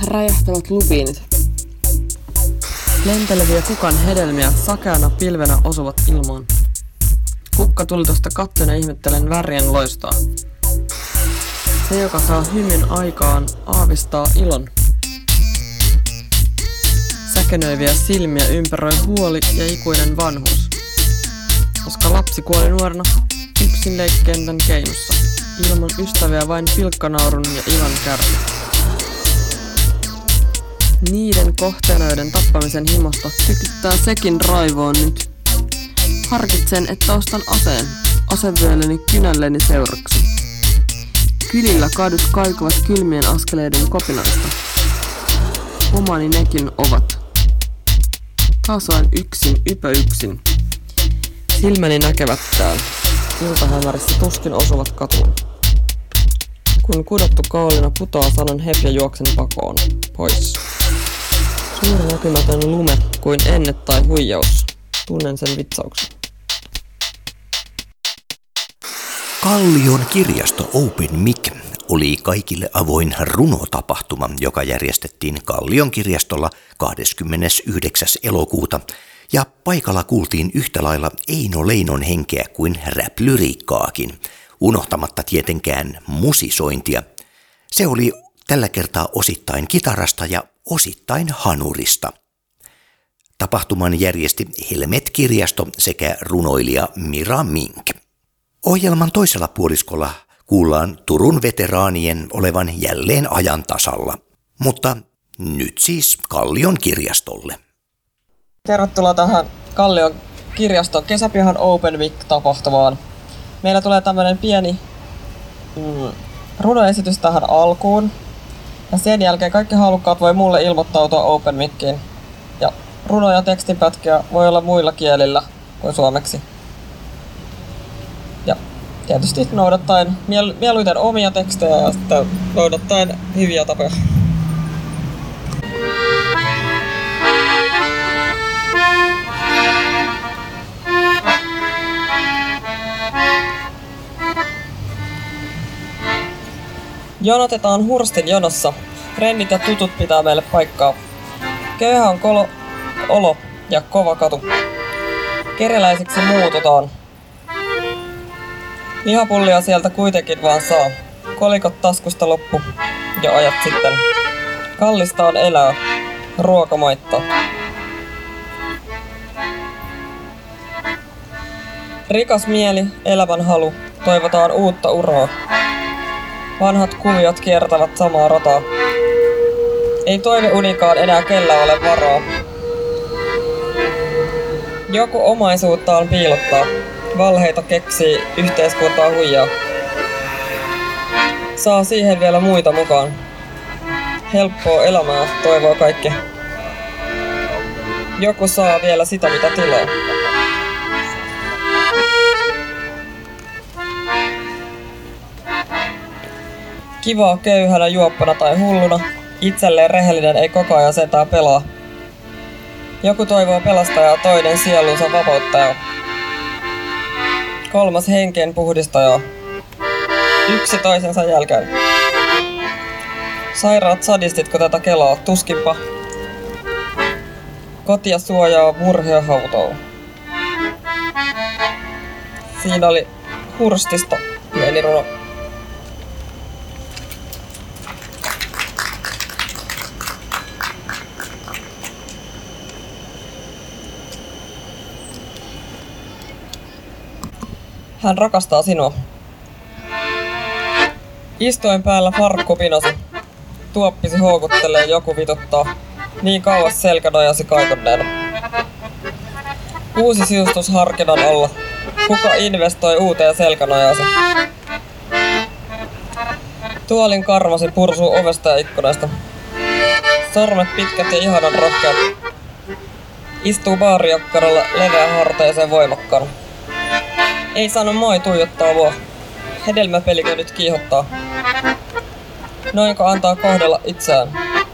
räjähtävät lupiinit. Lenteleviä kukan hedelmiä sakeana pilvenä osuvat ilmaan. Kukka tuli tuosta kattoon ja ihmettelen värien loistoa. Se, joka saa hymyn aikaan, aavistaa ilon. Säkenöiviä silmiä ympäröi huoli ja ikuinen vanhuus. Koska lapsi kuoli nuorena yksin leikkentän keinussa, ilman ystäviä vain pilkkanaurun ja ilon kärsi. Niiden kohteenoiden tappamisen himosta tykyttää sekin raivoon nyt. Harkitsen, että ostan aseen, asevyölleni kynälleni seuraksi. Kylillä kadut kaikuvat kylmien askeleiden kopinaista. Omani nekin ovat. Taas vain yksin, yksin. Silmäni näkevät täällä. Iltahämärissä tuskin osuvat katuun. Kun kudottu kaulina putoaa, sanon hep ja juoksen pakoon. Pois. Suuri näkymätön lume kuin ennet tai huijaus. Tunnen sen vitsauksen. Kallion kirjasto Open Mic oli kaikille avoin runotapahtuma, joka järjestettiin Kallion kirjastolla 29. elokuuta, ja paikalla kuultiin yhtä lailla Eino Leinon henkeä kuin rap-lyriikkaakin, unohtamatta tietenkään musisointia. Se oli tällä kertaa osittain kitarasta ja osittain hanurista. Tapahtuman järjesti Helmet-kirjasto sekä runoilija Mira Mink. Ohjelman toisella puoliskolla kuullaan Turun veteraanien olevan jälleen ajan tasalla, mutta nyt siis Kallion kirjastolle. Tervetuloa tähän Kallion kirjaston kesäpihan Open Mic-tapahtumaan. Meillä tulee tämmönen pieni runoesitys tähän alkuun. Ja sen jälkeen kaikki halukkaat voi mulle ilmoittautua Open Miciin. Ja runo- ja tekstinpätkiä voi olla muilla kielillä kuin suomeksi. Ja tietysti noudattaen mieluiten omia tekstejä ja sitten noudattaen hyviä tapoja. Jonotetaan hurstin jonossa. Frendit ja tutut pitää meille paikkaa. Köyhä on olo ja kova katu. Kereläisiksi muututaan. Lihapullia sieltä kuitenkin vaan saa. Kolikot taskusta loppu jo ajat sitten. Kallista on elää. Ruoka maittaa. Rikas mieli, elävän halu. Toivotaan uutta uraa. Vanhat kuviot kiertävät samaa rataa. Ei toiveunikaan enää kellä ole varaa. Joku omaisuuttaan piilottaa. Valheita keksii, yhteiskuntaa huijaa. Saa siihen vielä muita mukaan. Helppoa elämää toivoo kaikki. Joku saa vielä sitä mitä tilaa. Kivaa köyhänä, juoppana tai hulluna. Itselleen rehellinen ei koko ajan sentään pelaa. Joku toivoo pelastajaa, toinen sielunsa vapauttajaa. Kolmas henkeen puhdistajaa. Yksi toisensa jälkeen. Sairaat sadistitko tätä kelaa? Tuskinpa. Kotia suojaa, murhia hautoo. Siinä oli Hurstista pieni runo. Hän rakastaa sinua. Istuin päällä farkku pinosi. Tuoppisi houkuttelee, joku vituttaa. Niin kauas selkänojasi kaikonneena. Uusi sisustus harkinnan olla. Kuka investoi uuteen selkänojaasi? Tuolin karmasi pursuu ovesta ja ikkunasta. Sormet pitkät ja ihanan rohkeat. Istuu baarijakkaralla leveä harteeseen voimakkaan. Ei sano moi, tuijottaa luo. Hedelmäpelikö nyt kiihottaa? Noinko antaa kohdella itseään?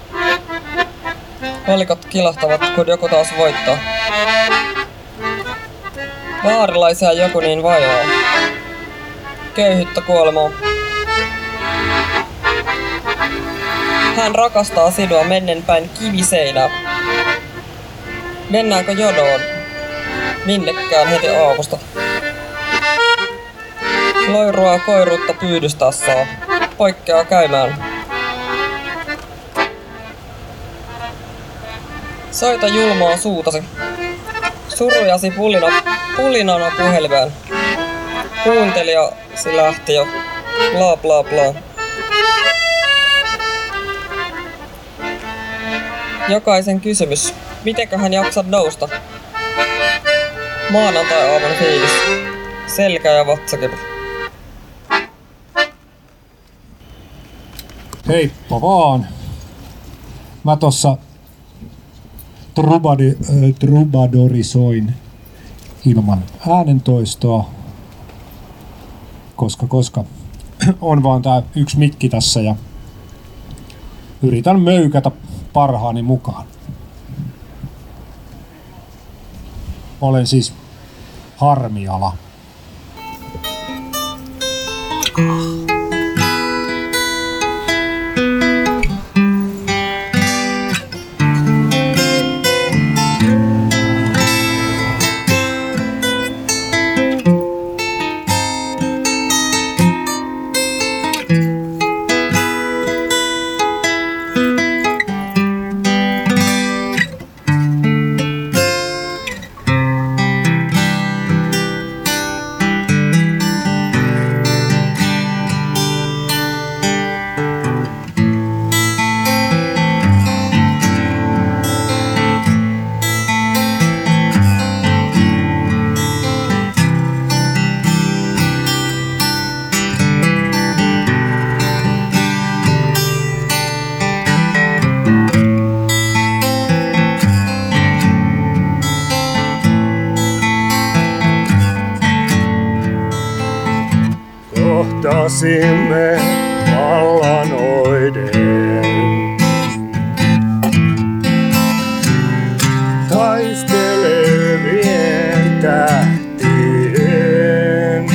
Kolikot kilahtavat, kun joku taas voittaa. Vaarilaisia joku niin vaivaa. Köyhyttä kuolemaa. Hän rakastaa sinua mennen päin kiviseinää. Mennäänkö jonoon? Minnekään heti aamusta. Loirua koirutta pyydystää saa. Poikkeaa käymään. Soita julmaa suutasi. Surujasi pulinana puhelimeen. Kuuntelijasi lähti jo. Bla bla bla. Jokaisen kysymys. Mitenköhän jaksat nousta? Maanantai-aamun fiilis. Selkä ja vatsakipu. Heippa vaan. Mä tossa trubadorisoin ilman äänentoistoa, koska on vaan tää yksi mikki tässä ja yritän möykätä parhaani mukaan. Olen siis Harmiala. Kohtasimme vallanoiden, taistelevien tähtien.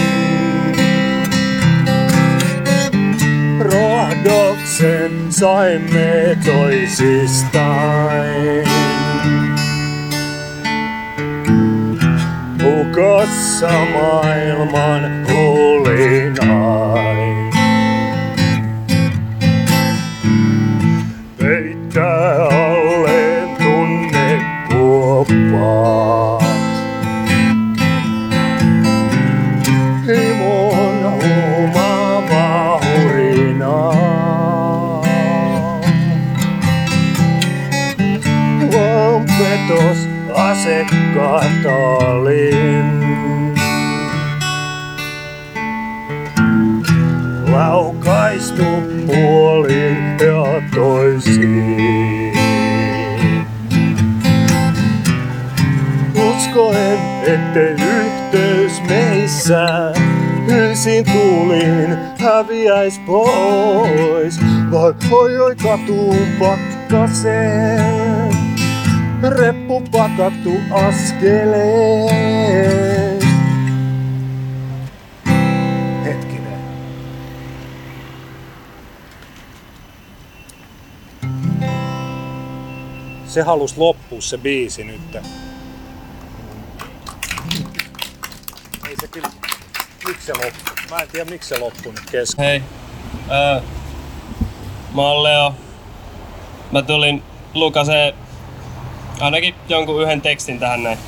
Rohdoksen saimme toisistain. Hukassa maailman hulinain. Peittää alleen tunnekuoppaat. Himon huumaava hurina. Vaan petos asekatalin. Laukaistu puolin ja toisiin. Uskoen, ettei yhteys meissä ylsin tuulin häviäis pois. Vai oi katuun pakkaseen, reppu pakattu askeleen. Hetkinen. Se halus loppua se biisi nyt. Ei se kyllä. Miksi se loppui? Mä en tiedä miksi se loppui nyt kesken. Hei. Mä oon Leo. Mä tulin lukaseen ainakin jonkun yhden tekstin tähän näin.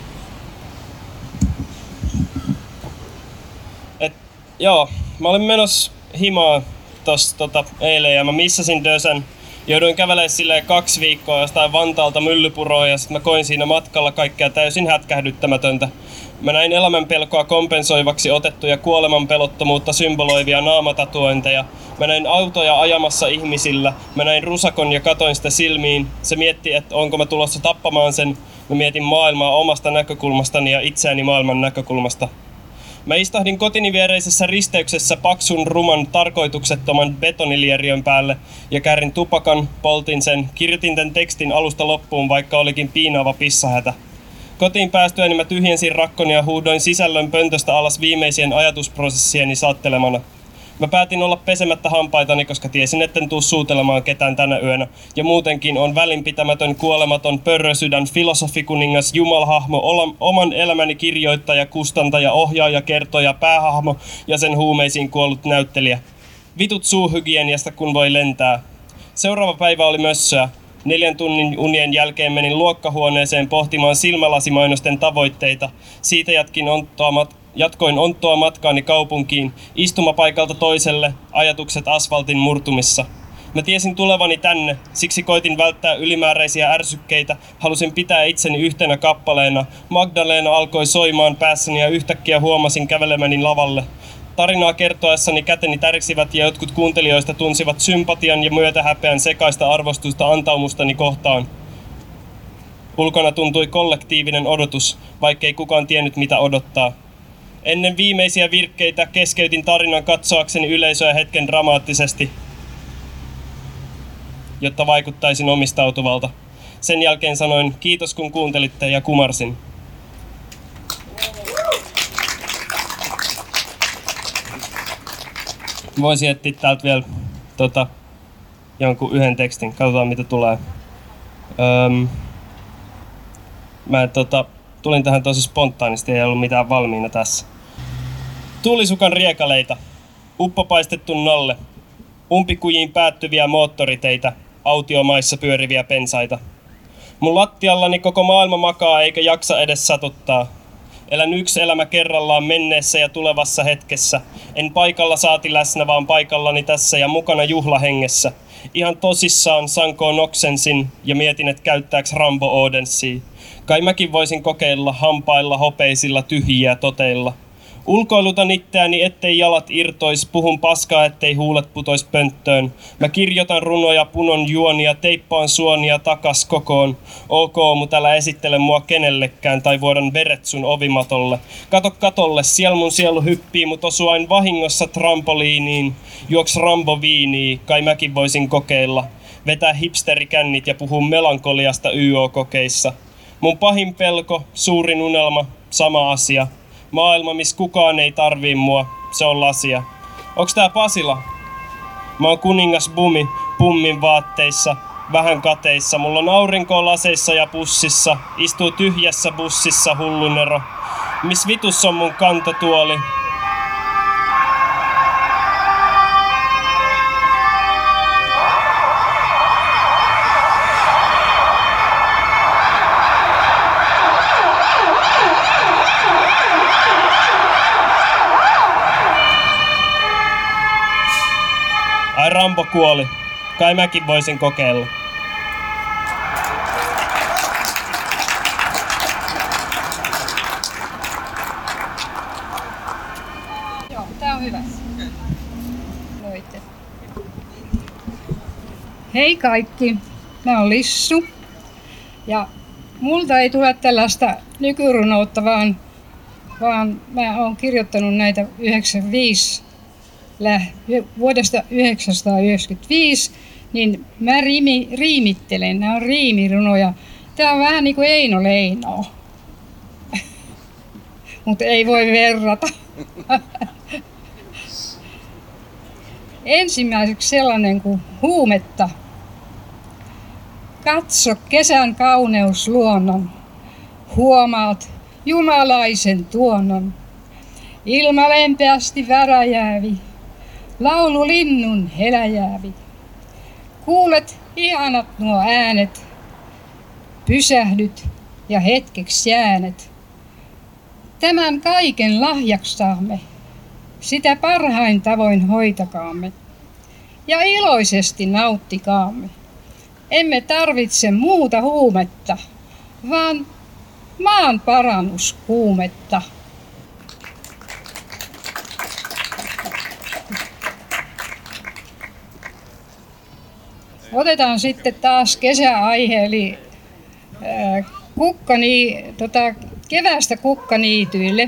Joo, mä olin menossa himaan tossa eilen ja mä missasin Dösän. Jouduin kävelemään silleen 2 viikkoa jostain Vantaalta Myllypuroon ja sit mä koin siinä matkalla kaikkea täysin hätkähdyttämätöntä. Mä näin elämänpelkoa kompensoivaksi otettuja kuolemanpelottomuutta symboloivia naamatatuointeja. Mä näin autoja ajamassa ihmisillä. Mä näin rusakon ja katoin sitä silmiin. Se mietti, että onko mä tulossa tappamaan sen. Mä mietin maailmaa omasta näkökulmastani ja itseäni maailman näkökulmasta. Mä istahdin kotini viereisessä risteyksessä paksun, ruman, tarkoituksettoman betonilieriön päälle ja käärin tupakan, poltin sen, kirjoitin tän tekstin alusta loppuun, vaikka olikin piinaava pissahätä. Kotiin päästyäni mä tyhjensin rakkoni ja huudoin sisällön pöntöstä alas viimeisien ajatusprosessieni saattelemana. Mä päätin olla pesemättä hampaitani, koska tiesin, etten tuu suutelemaan ketään tänä yönä. Ja muutenkin on välinpitämätön, kuolematon, pörrösydän, filosofikuningas, jumalhahmo, oman elämäni kirjoittaja, kustantaja, ohjaaja, kertoja, päähahmo ja sen huumeisiin kuollut näyttelijä. Vitut suuhygieniasta, kun voi lentää. Seuraava päivä oli mössöä. 4 tunnin unien jälkeen menin luokkahuoneeseen pohtimaan silmälasimainosten tavoitteita. Siitä jatkoin onttoa matkaani kaupunkiin, istumapaikalta toiselle, ajatukset asfaltin murtumissa. Mä tiesin tulevani tänne, siksi koitin välttää ylimääräisiä ärsykkeitä, halusin pitää itseni yhtenä kappaleena. Magdalena alkoi soimaan päässäni ja yhtäkkiä huomasin kävelemäni lavalle. Tarinaa kertoessani käteni tärisivät ja jotkut kuuntelijoista tunsivat sympatian ja myötähäpeän sekaista arvostusta antaumustani kohtaan. Ulkona tuntui kollektiivinen odotus, vaikkei kukaan tiennyt mitä odottaa. Ennen viimeisiä virkkeitä keskeytin tarinan katsoakseni yleisöä hetken dramaattisesti, jotta vaikuttaisin omistautuvalta. Sen jälkeen sanoin kiitos kun kuuntelitte ja kumarsin. Voisin etsiä täältä vielä jonkun yhden tekstin. Katsotaan mitä tulee. Mä tulin tähän tosi spontaanisti, ei ollut mitään valmiina tässä. Tuulisukan riekaleita. Uppopaistettu nalle. Umpikujiin päättyviä moottoriteitä. Autiomaissa pyöriviä pensaita. Mun lattiallani koko maailma makaa eikä jaksa edes satuttaa. Elän yksi elämä kerrallaan menneessä ja tulevassa hetkessä. En paikalla saati läsnä, vaan paikallani tässä ja mukana juhlahengessä. Ihan tosissaan sankoon oksensin ja mietin, et käyttääks Rambo Odensia. Kai mäkin voisin kokeilla hampailla hopeisilla tyhjiä toteilla. Ulkoilutan itseäni, ettei jalat irtois, puhun paskaa, ettei huulet putois pönttöön. Mä kirjoitan runoja, punon juonia, teippaan suonia takas kokoon. Ok, mut älä esittele mua kenellekään tai vuodan veret sun ovimatolle. Kato katolle, siellä mun sielu hyppii, mut osu ain vahingossa trampoliiniin. Juoks Rambo viiniä, kai mäkin voisin kokeilla. Vetää hipsterikännit ja puhuu melankoliasta YO-kokeissa. Mun pahin pelko, suurin unelma, sama asia. Maailma, missä kukaan ei tarvii mua, se on lasia. Onks tää Pasila? Mä oon kuningas Bumi, pummin vaatteissa, vähän kateissa. Mulla on aurinkoa laseissa ja pussissa, istuu tyhjässä bussissa hullunero. Miss vitus on mun kantotuoli? Ai Rambo kuoli. Kai mäkin voisin kokeilla. Joo, tää on hyvä. Voitte. Hei kaikki, mä oon Lissu. Ja multa ei tule tällaista nykyrunoutta, vaan mä oon kirjoittanut näitä 95 vuodesta 1995, niin mä riimittelen, nämä on riimirunoja. Tää on vähän niin kuin Eino Leino, mutta ei voi verrata. Ensimmäiseksi sellainen kuin huumetta. Katso kesän kauneus luonnon, huomaat jumalaisen tuonnon. Ilma lempeästi väräjäävi, laulu linnun heläjäävi. Kuulet ihanat nuo äänet, pysähdyt ja hetkeksi jäänet. Tämän kaiken lahjaksi saamme, sitä parhain tavoin hoitakaamme ja iloisesti nauttikaamme. Emme tarvitse muuta huumetta, vaan maan parannuskuumetta. Otetaan sitten taas kesäaihe, eli kevästä kukkaniityille.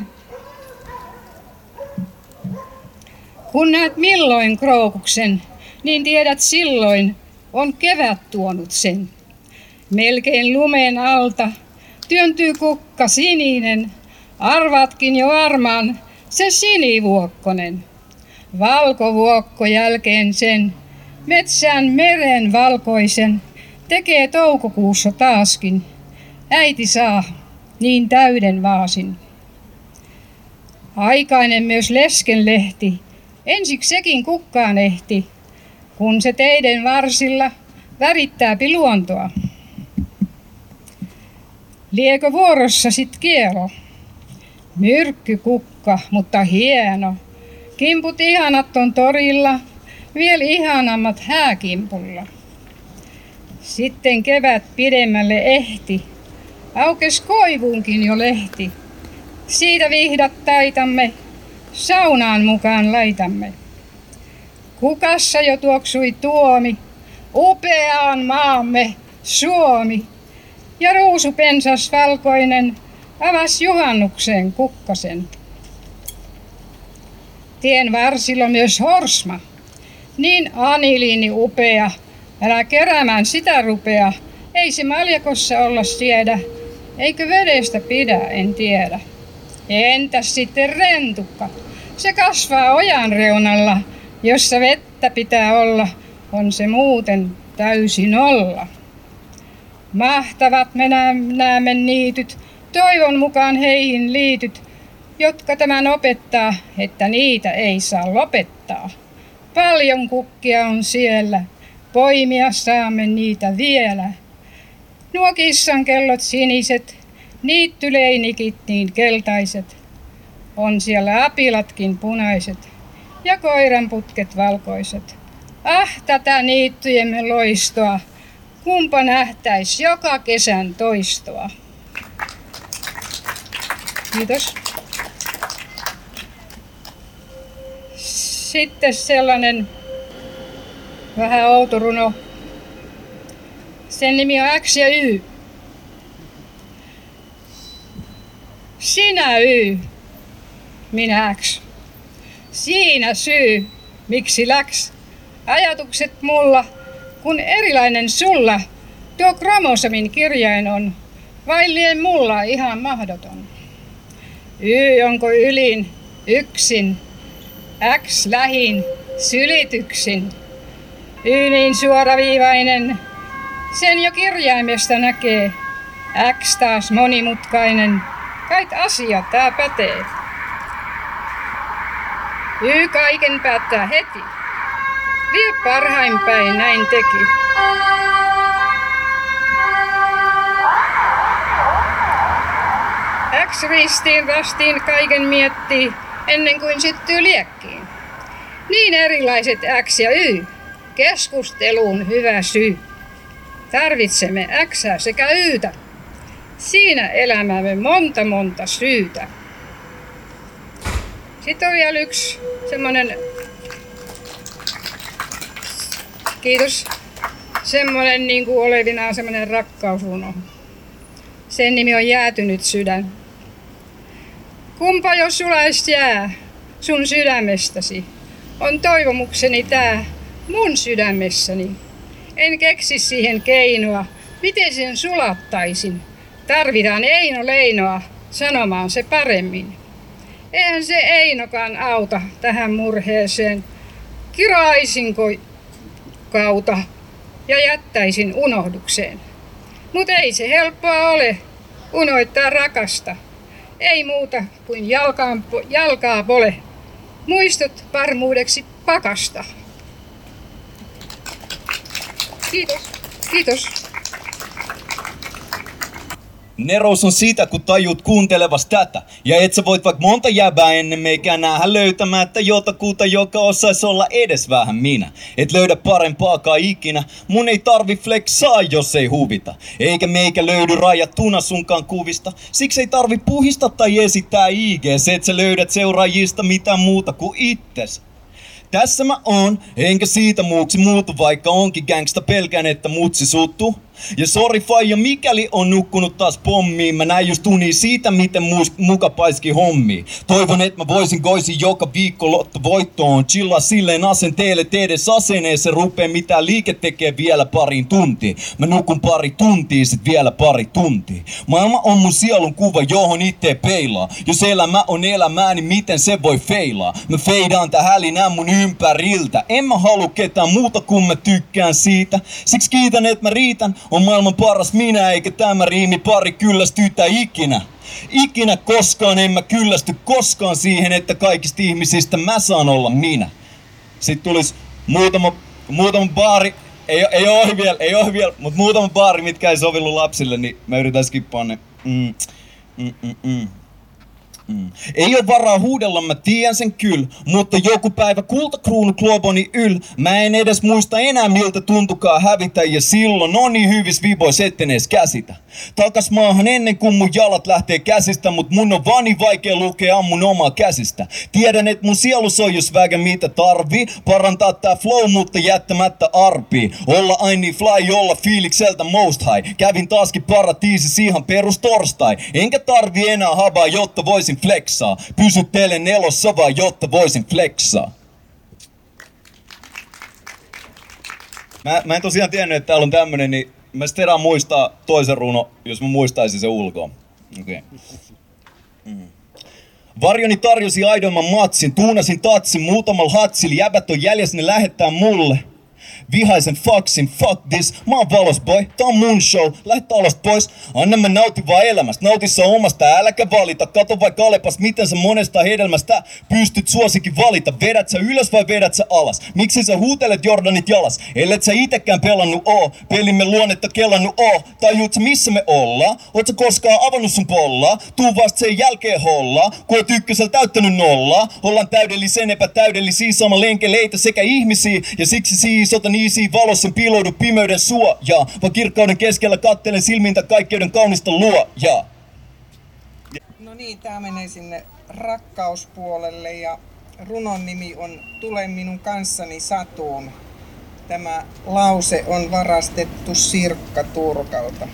Kun näet milloin krookuksen, niin tiedät silloin on kevät tuonut sen. Melkein lumen alta työntyy kukka sininen, arvatkin jo varmaan se sinivuokkonen. Valkovuokko jälkeen sen, metsän meren valkoisen, tekee toukokuussa taaskin. Äiti saa niin täyden vaasin. Aikainen myös leskenlehti, ensiksi sekin kukkaan ehti, kun se teiden varsilla värittääpi luontoa. Liekö vuorossa sit kiero? Myrkkykukka, mutta hieno. Kimput ihanat on torilla, vielä ihanammat hääkimpulla. Sitten kevät pidemmälle ehti, aukes koivuunkin jo lehti. Siitä vihdat taitamme, saunaan mukaan laitamme. Kukassa jo tuoksui tuomi, upeaan maamme Suomi. Ja ruusupensas valkoinen avasi juhannukseen kukkasen. Tien varsilla myös horsma, niin aniliini upea, älä keräämään sitä rupea, ei se maljakossa olla siedä, eikö vedestä pidä, en tiedä. Entäs sitten rentukka, se kasvaa ojan reunalla, jossa vettä pitää olla, on se muuten täysin olla. Mahtavat me näemme niityt, toivon mukaan heihin liityt, jotka tämän opettaa, että niitä ei saa lopettaa. Paljon kukkia on siellä, poimia saamme niitä vielä. Nuo kissan kellot siniset, niittyleinikit niin keltaiset, on siellä apilatkin punaiset ja koiranputket valkoiset. Tätä niittujemme loistoa, kumpa nähtäis joka kesän toistoa. Kiitos. Sitten sellainen vähän outo runo. Sen nimi on X ja Y. Sinä Y, minä X. Siinä syy, miksi läks. Ajatukset mulla, kun erilainen sulla. Tuo kromosomin kirjain on, vaillien mulla ihan mahdoton. Y onko ylin, yksin, X lähin, sylityksin. Y niin suoraviivainen, sen jo kirjaimesta näkee. X taas monimutkainen, kait asia tää pätee. Y kaiken päättää heti, vie parhain päin näin teki. X ristiin rastiin kaiken miettii, ennen kuin syttyy liekkiin. Niin erilaiset X ja Y, keskusteluun hyvä syy. Tarvitsemme X:ää sekä Ytä, siinä elämämme monta syytä. Sitten on vielä yksi semmonen, kiitos, semmonen niin kuin olevinaan semmonen rakkausruno. Sen nimi on Jäätynyt sydän. Kumpa jos sulais jää sun sydämestäsi, on toivomukseni tää mun sydämessäni. En keksi siihen keinoa, miten sen sulattaisin. Tarvitaan Eino Leinoa sanomaan se paremmin. Eihän se Einokaan auta tähän murheeseen. Kiraisinko kauta ja jättäisin unohdukseen. Mut ei se helppoa ole unoittaa rakasta. Ei muuta kuin jalkaa pole. Muistot varmuudeksi pakasta. Kiitos. Kiitos. Nerous on sitä, kun tajut kuuntelevas tätä. Ja et sä voit vaikka monta jäbää ennen meikään nähdä löytämättä jotakuta, joka osais olla edes vähän minä. Et löydä parempaakaan ikinä, mun ei tarvi flexaa, jos ei huvita. Eikä meikä löydy rajattuna sunkaan kuvista. Siksi ei tarvi puhista tai esittää IG:s, et sä löydät seuraajista mitään muuta kuin itses. Tässä mä oon, enkä siitä muuksi muutu, vaikka onkin gangsta pelkään, että mutsi suuttuu. Ja sori faija, mikäli on nukkunut taas pommiin, mä näin just unia siitä, miten muka paiski hommiin. Toivon, että mä goisin joka viikko lottovoittoon. Chillaa silleen asenteelle, teedes aseneen, se rupee mitään liike tekee vielä pariin tuntiin. Mä nukun pari tuntia, sit vielä pari tuntia. Maailma on mun sielun kuva, johon itse peilaa. Jos elämä on elämää, niin miten se voi feilaa? Mä feidaan tää hälinää mun ympäriltä. En mä halua ketään muuta, kun mä tykkään siitä. Siksi kiitän, että mä riitän. On maailman paras minä, eikä tämä riimi pari kyllästytä ikinä. Ikinä koskaan en mä kyllästy koskaan siihen, että kaikista ihmisistä mä saan olla minä. Sitten tulis muutama baari, ei oo vielä, mutta muutama baari, mitkä ei sovillu lapsille, niin mä yritän skippaa ne. Ei oo varaa huudella, mä tiedän sen kyll, mutta joku päivä kultakruunu kloboni yl. Mä en edes muista enää miltä tuntukaa hävitä, ja silloin on niin hyvis vibois etten edes käsitä. Takas maahan ennen kuin mun jalat lähtee käsistä, mut mun on vaan niin vaikea lukea mun omaa käsistä. Tiedän et mun sielu soi jos vägä mitä tarvii, parantaa tää flow mutta jättämättä arpii. Olla aina niin fly, olla fiilikseltä most high. Kävin taaskin paratiisissa ihan perus torstai. Enkä tarvi enää habaa, jotta voisin flexaa. Pysyttelen elossa vaan, jotta voisin flexaa. Mä en tosiaan tiennyt, että täällä on tämmönen, niin mä sit erään muistaa toisen runo, jos mä muistaisin se ulkoa. Okei. Varjoni tarjosi aidomman matsin, tuunasin tatsin muutamalla hatsilla, jäbät on jäljessä, ne lähettää mulle. Vihaisen faksin, fuck this, mä oon valos boy, tää on mun show, lähet talosta pois, anna mä nautin vaan elämästä, nautissa omasta, äläkä valita, kato vaikka Alepas, miten sä monesta hedelmästä pystyt suosikin valita, vedät sä ylös vai vedät sä alas, miksi sä huutelet Jordanit jalas, ellet sä itekään pelannut pelimme luonnetta kellannut tajuut sä missä me ollaan, oot sä koskaan avannut sun pollaa, tuu vasta sen jälkeen hollaa, kun oot ykkösellä täyttänyt nollaa, ollaan täydellisen epätäydellisiä sama lenkeleitä sekä ihmisiä, ja siksi siis otan iisiin valossa piiloudu pimeyden suojaa, vaan kirkkauden keskellä kattelen silmintä kaikkeuden kaunista luojaa. No niin, tää menee sinne rakkauspuolelle ja runon nimi on Tule minun kanssani satuun. Tämä lause on varastettu Sirkka Turkalta.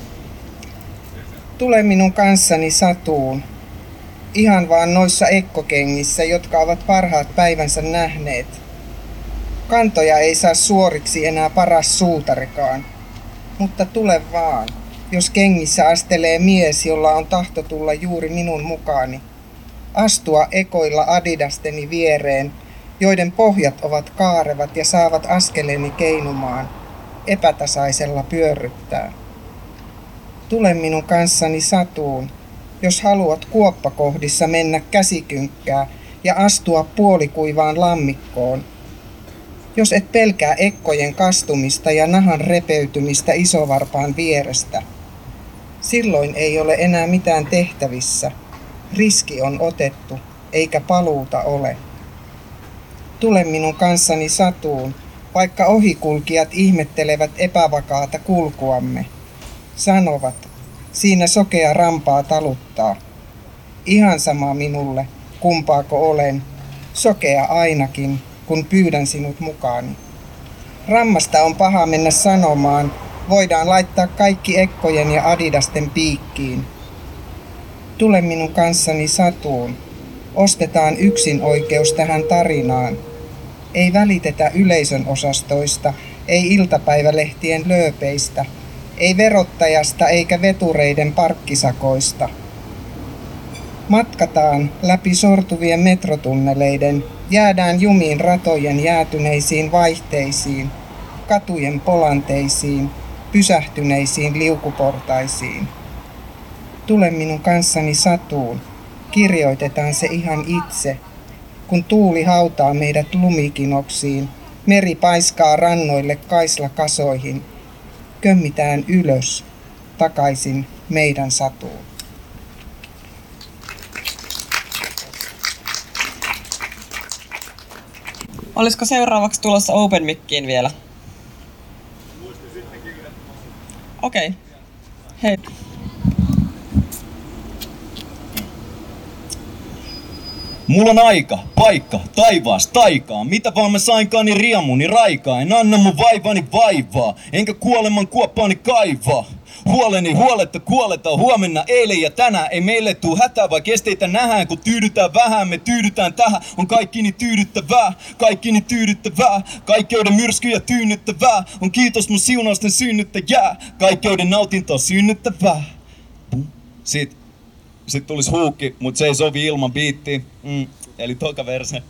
Tule minun kanssani satuun. Ihan vaan noissa ekkokengissä, jotka ovat parhaat päivänsä nähneet. Kantoja ei saa suoriksi enää paras suutarikaan, mutta tule vaan, jos kengissä astelee mies, jolla on tahto tulla juuri minun mukaani. Astua ekoilla adidasteni viereen, joiden pohjat ovat kaarevat ja saavat askeleeni keinumaan, epätasaisella pyörryttää. Tule minun kanssani satuun, jos haluat kuoppakohdissa mennä käsikynkkää ja astua puolikuivaan lammikkoon. Jos et pelkää ekkojen kastumista ja nahan repeytymistä isovarpaan vierestä, silloin ei ole enää mitään tehtävissä. Riski on otettu, eikä paluuta ole. Tule minun kanssani satuun, vaikka ohikulkijat ihmettelevät epävakaata kulkuamme. Sanovat, siinä sokea rampaa taluttaa. Ihan sama minulle, kumpaako olen, sokea ainakin, kun pyydän sinut mukaani. Rammasta on paha mennä sanomaan, voidaan laittaa kaikki ekkojen ja adidasten piikkiin. Tule minun kanssani satuun. Ostetaan yksin oikeus tähän tarinaan. Ei välitetä yleisön osastoista, ei iltapäivälehtien lööpeistä, ei verottajasta eikä vetureiden parkkisakoista. Matkataan läpi sortuvien metrotunneleiden, jäädään jumiin ratojen jäätyneisiin vaihteisiin, katujen polanteisiin, pysähtyneisiin liukuportaisiin. Tule minun kanssani satuun, kirjoitetaan se ihan itse, kun tuuli hautaa meidät lumikinoksiin, meri paiskaa rannoille kaislakasoihin, kömmitään ylös, takaisin meidän satuun. Olisiko seuraavaksi tulossa Open Mickiin vielä? Okei. Hei. Mulla on aika, paikka, taivaas, taikaa. Mitä vaan mä sainkaan, niin riemuni raikaa. En anna mun vaivani vaivaa, enkä kuoleman kuoppaani kaivaa. Huoleni huoletta kuoletaan huomenna, eilen ja tänään. Ei meille tuu hätää, vai kesteitä nähdään. Kun tyydytään vähän, me tyydytään tähän. On kaikki niin tyydyttävää, kaikki niin tyydyttävää. Kaikkeuden myrskyjä tyynnyttävää. On kiitos mun siunausten synnyttäjää. Kaikkeuden nautintoa synnyttävää. Sitten tulis huukki, mut se ei sovi ilman biittiä. Eli toka verse.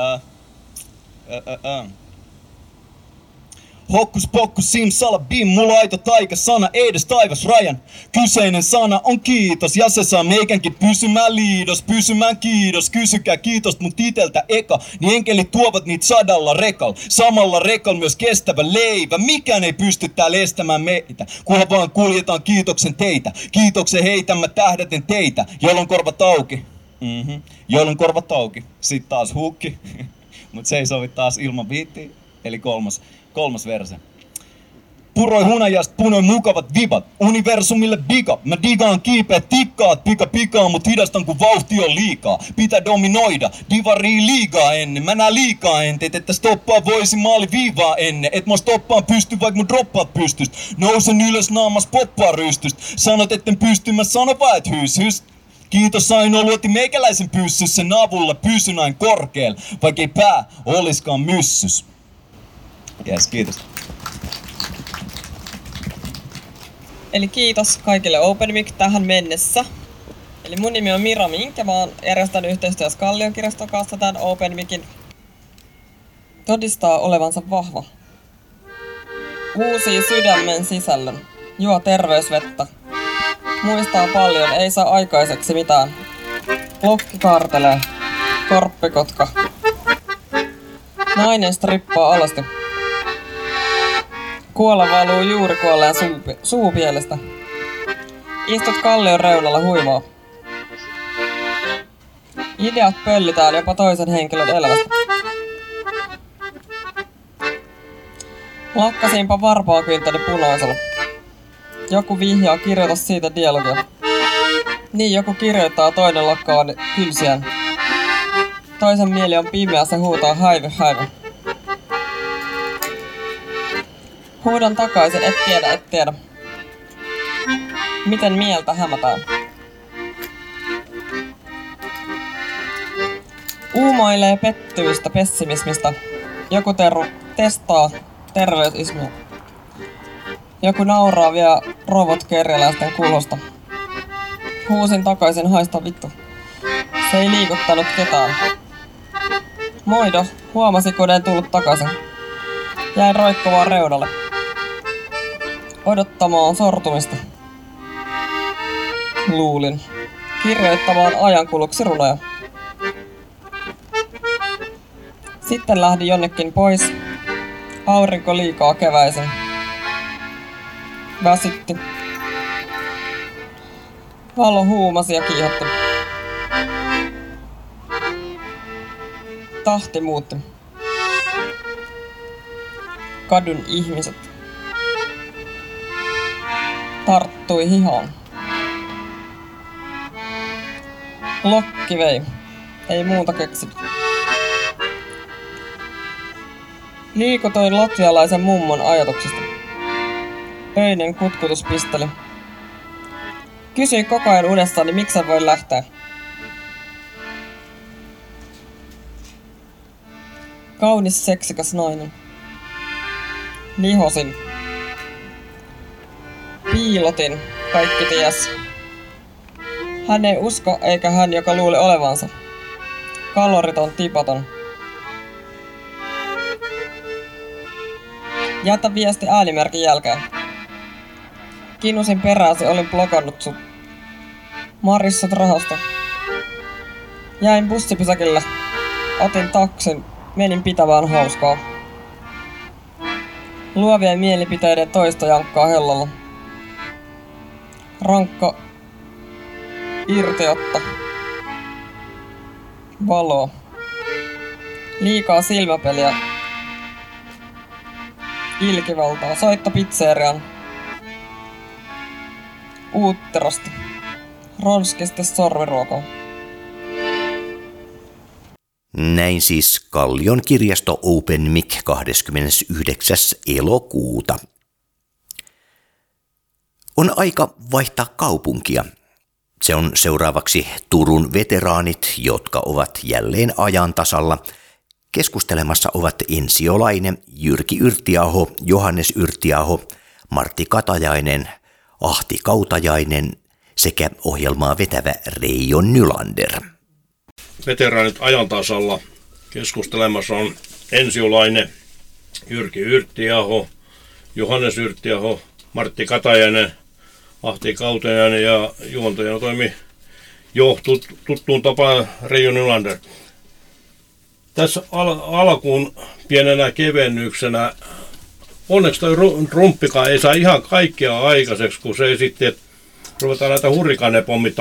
Hokkus pokkus simsalabim, mulla on aito taikasana, ei edes taivas rajan. Kyseinen sana on kiitos, ja se saa meikänkin pysymään liidos, pysymään kiitos. Kysykää kiitos mun titeltä eka, niin enkelit tuovat niitä 100 rekal. Samalla rekal myös kestävä leivä, mikään ei pysty täällä estämään meitä. Kunhan vaan kuljetaan kiitoksen teitä, kiitoksen heitän mä tähdäten teitä, jolloin korvat auki. Jolloin korvat auki, sit taas hukki, mut se ei sovi taas ilman biittiä, eli kolmas verse. Puroi hunajast punoi mukavat vibat, universumille big up. Mä digaan kiipeät tikkaat pikaa, mut hidastan kun vauhti on liikaa. Pitää dominoida, divarii liigaa ennen. Mä nää liikaa enteet, että stoppaa voisi maali viivaa ennen. Et mä stoppaan pysty vaik mun droppaat pystyst. Nousen ylös naamas poppaa rystyst. Sanot etten pysty, mä sano vaan et hyys. Kiitos ainoa luoti meikäläisen pyssys, sen avulla pysyn aina korkealla, vaik ei pää oliskaan myssys. Yes, kiitos. Eli kiitos kaikille Open Mic tähän mennessä. Eli mun nimi on Mira Mink ja mä oon järjestänyt yhteistyössä Kallion kirjaston kanssa tämän Open Micin. Todistaa olevansa vahva. Uusii sydämen sisällön. Juo terveysvettä. Muistaa paljon, ei saa aikaiseksi mitään. Lokki kaartelee. Korppikotka. Nainen strippaa alasti. Kuola valuu juuri kuolleen suupielestä. Istut kallion reunalla huimaa. Ideat pöllitään jopa toisen henkilön elämästä. Lakkasinpa varpaakyntäni punaisella. Joku vihjaa, kirjoita siitä dialogia. Niin joku kirjoittaa, toinen lakkaa kylsiään. Toisen mieli on pimeä, se huutaa häivy, häivy. Huudan takaisin, et tiedä. Miten mieltä hämätään? Uumoilee pettymystä pessimismistä. Joku testaa terveysismiä. Joku nauraa vielä robot-kerjäläisten kulosta. Huusin takaisin, haista vittu. Se ei liikuttanut ketään. Moido, huomasi kun en tullut takaisin. Jäin roikkovaan reunalle. Odottamaan sortumista. Luulin. Kirjoittamaan ajankuluksi runoja. Sitten lähdin jonnekin pois. Aurinko liikaa keväisin. Väsytti. Valo huumasi ja kiihotti. Tahti muutti. Kadun ihmiset. Tarttui hihaan. Lokki vei. Ei muuta keksi. Liikutoin latvialaisen mummon ajatuksista. Öinen kutkutus pisteli. Kysyin koko ajan unessani, miksen voi lähteä. Kaunis seksikäs nainen. Lihosin. Piilotin, kaikki ties. Hän ei usko, eikä hän, joka luuli olevansa. Kaloriton tipaton. Jätä viesti äänimerkin jälkeen. Kinusin perääsi, olin blokannut sut. Marissut rahasta. Jäin bussipysäkille. Otin taksin, menin pitämään hauskaa. Luovien mielipiteiden toista jankkaa hellalla. Rankka irtiotto. Valoa. Liikaa silmäpeliä. Ilkivaltaa. Soitto pizzerian. Uutterosti. Ronskisti sorviruokaa. Näin siis Kallion kirjasto Open Mic 29. elokuuta. On aika vaihtaa kaupunkia. Se on seuraavaksi Turun veteraanit, jotka ovat jälleen ajan tasalla. Keskustelemassa ovat Ensi Olainen, Jyrki Yrttiaho, Johannes Yrttiaho, Martti Katajainen, Ahti Kautajainen sekä ohjelmaa vetävä Reijo Nylander. Veteraanit ajan tasalla keskustelemassa on Ensi Olainen, Jyrki Yrttiaho, Johannes Yrttiaho, Martti Katajainen, Ahti Kautajainen ja juontajana toimi jo tuttuun tapaan Reijo Nylander. Tässä alkuun pienenä kevennyksenä, onneksi toi Rumppika ei saa ihan kaikkea aikaiseksi, kun se esitti, että ruvetaan näitä hurrikaaneja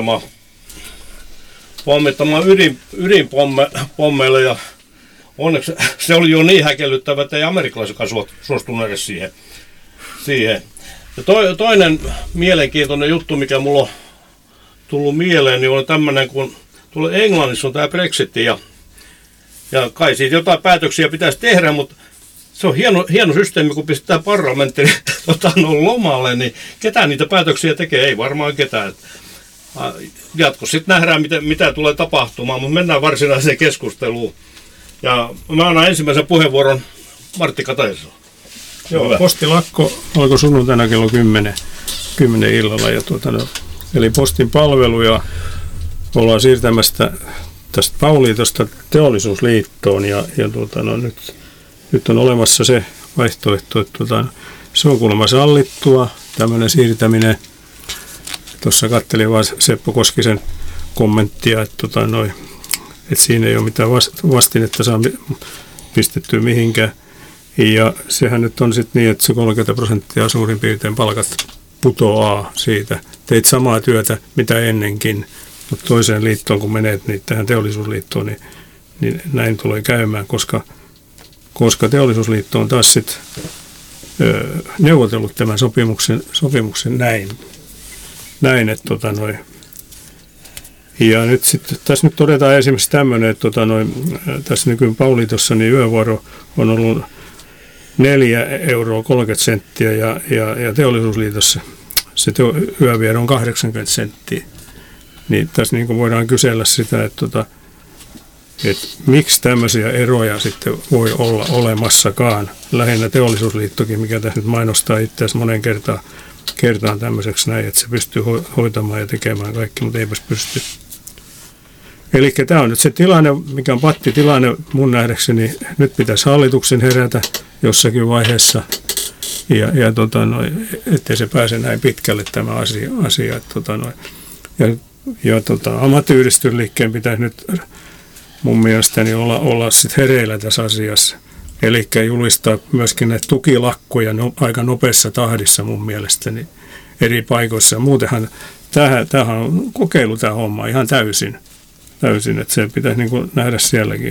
pommittamaan ydinpommeilla ja onneksi se oli jo niin häkellyttävä, että ei amerikkalaisetkaan suostunut edes siihen. Ja toinen mielenkiintoinen juttu, mikä mulla on tullut mieleen, niin on tämmöinen, kun tuolla Englannissa on tämä Brexit ja kai siitä jotain päätöksiä pitäisi tehdä, mutta se on hieno systeemi, kun pistetään parlamentti lomalle, niin ketään niitä päätöksiä tekee, ei varmaan ketään. Jatkossa sitten nähdään, mitä tulee tapahtumaan, mutta mennään varsinaiseen keskusteluun. Ja mä annan ensimmäisen puheenvuoron Martti Kataiselle. Joo, postilakko alkoi sunnuntaina kello 10 illalla. Eli postin palveluja ollaan siirtämästä tästä Pauliitosta Teollisuusliittoon ja nyt on olemassa se vaihtoehto, että se on kuulemma sallittua, tämmöinen siirtäminen. Tuossa katselin vaan Seppo Koskisen kommenttia, että siinä ei ole mitään vastinetta saa pistettyä mihinkään. Ja sehän nyt on sitten niin, että se 30% suurin piirtein palkat putoaa siitä. Teit samaa työtä mitä ennenkin, mutta toiseen liittoon kun menet, niin tähän Teollisuusliittoon, niin näin tulee käymään, koska Teollisuusliitto on taas sitten neuvotellut tämän sopimuksen näin että ja nyt sitten tässä nyt todetaan esimerkiksi tämmöinen, että tässä nykyään Pauliitossa niin yövuoro on ollut 4,30 ja Teollisuusliitossa se yövierä on 80 senttiä. Niin tässä niin kuin voidaan kysellä sitä, että miksi tämmöisiä eroja sitten voi olla olemassakaan. Lähinnä Teollisuusliittokin, mikä tässä nyt mainostaa itseasiassa monen kertaan tämmöiseksi näin, että se pystyy hoitamaan ja tekemään kaikki, mutta eipäs pysty. Eli tämä on nyt se tilanne, mikä on pattitilanne mun nähdäkseni. Nyt pitäisi hallituksen herätä jossakin vaiheessa, ja ettei se pääse näin pitkälle tämä asia. Ammattiyhdistysliikkeen pitäisi nyt mun mielestäni olla sit hereillä tässä asiassa. Eli julistaa myöskin näitä tukilakkoja aika nopeassa tahdissa mun mielestäni eri paikoissa. Muutenhan tämähän on kokeilu tämä homma ihan täysin, että se pitäisi niin kuin nähdä sielläkin.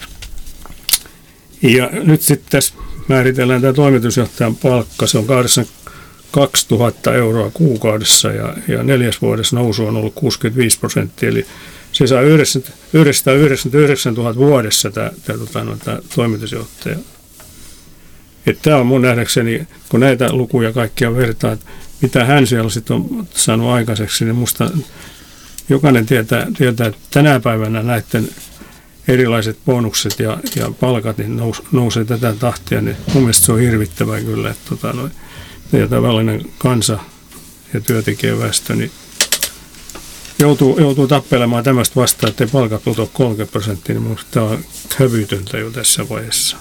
Ja nyt sitten tässä määritellään tämä toimitusjohtajan palkka, se on 82 000 euroa kuukaudessa ja 4 vuodessa nousu on ollut 65%, eli se saa 999 000 vuodessa tämä toimitusjohtaja. Tämä on mun nähdäkseni, kun näitä lukuja kaikkia vertaa, että mitä hän siellä sitten on saanut aikaiseksi, niin musta jokainen tietää, että tänä päivänä näiden erilaiset bonukset ja palkat niin nousee tätä tahtia, niin mun mielestä se on hirvittävää kyllä, että ja tavallinen kansa ja työntekijäväestö niin joutuu tappelemaan tämmöistä vastaan, ettei palkat putoa 30%, niin minusta tämä on hävytöntä jo tässä vaiheessa.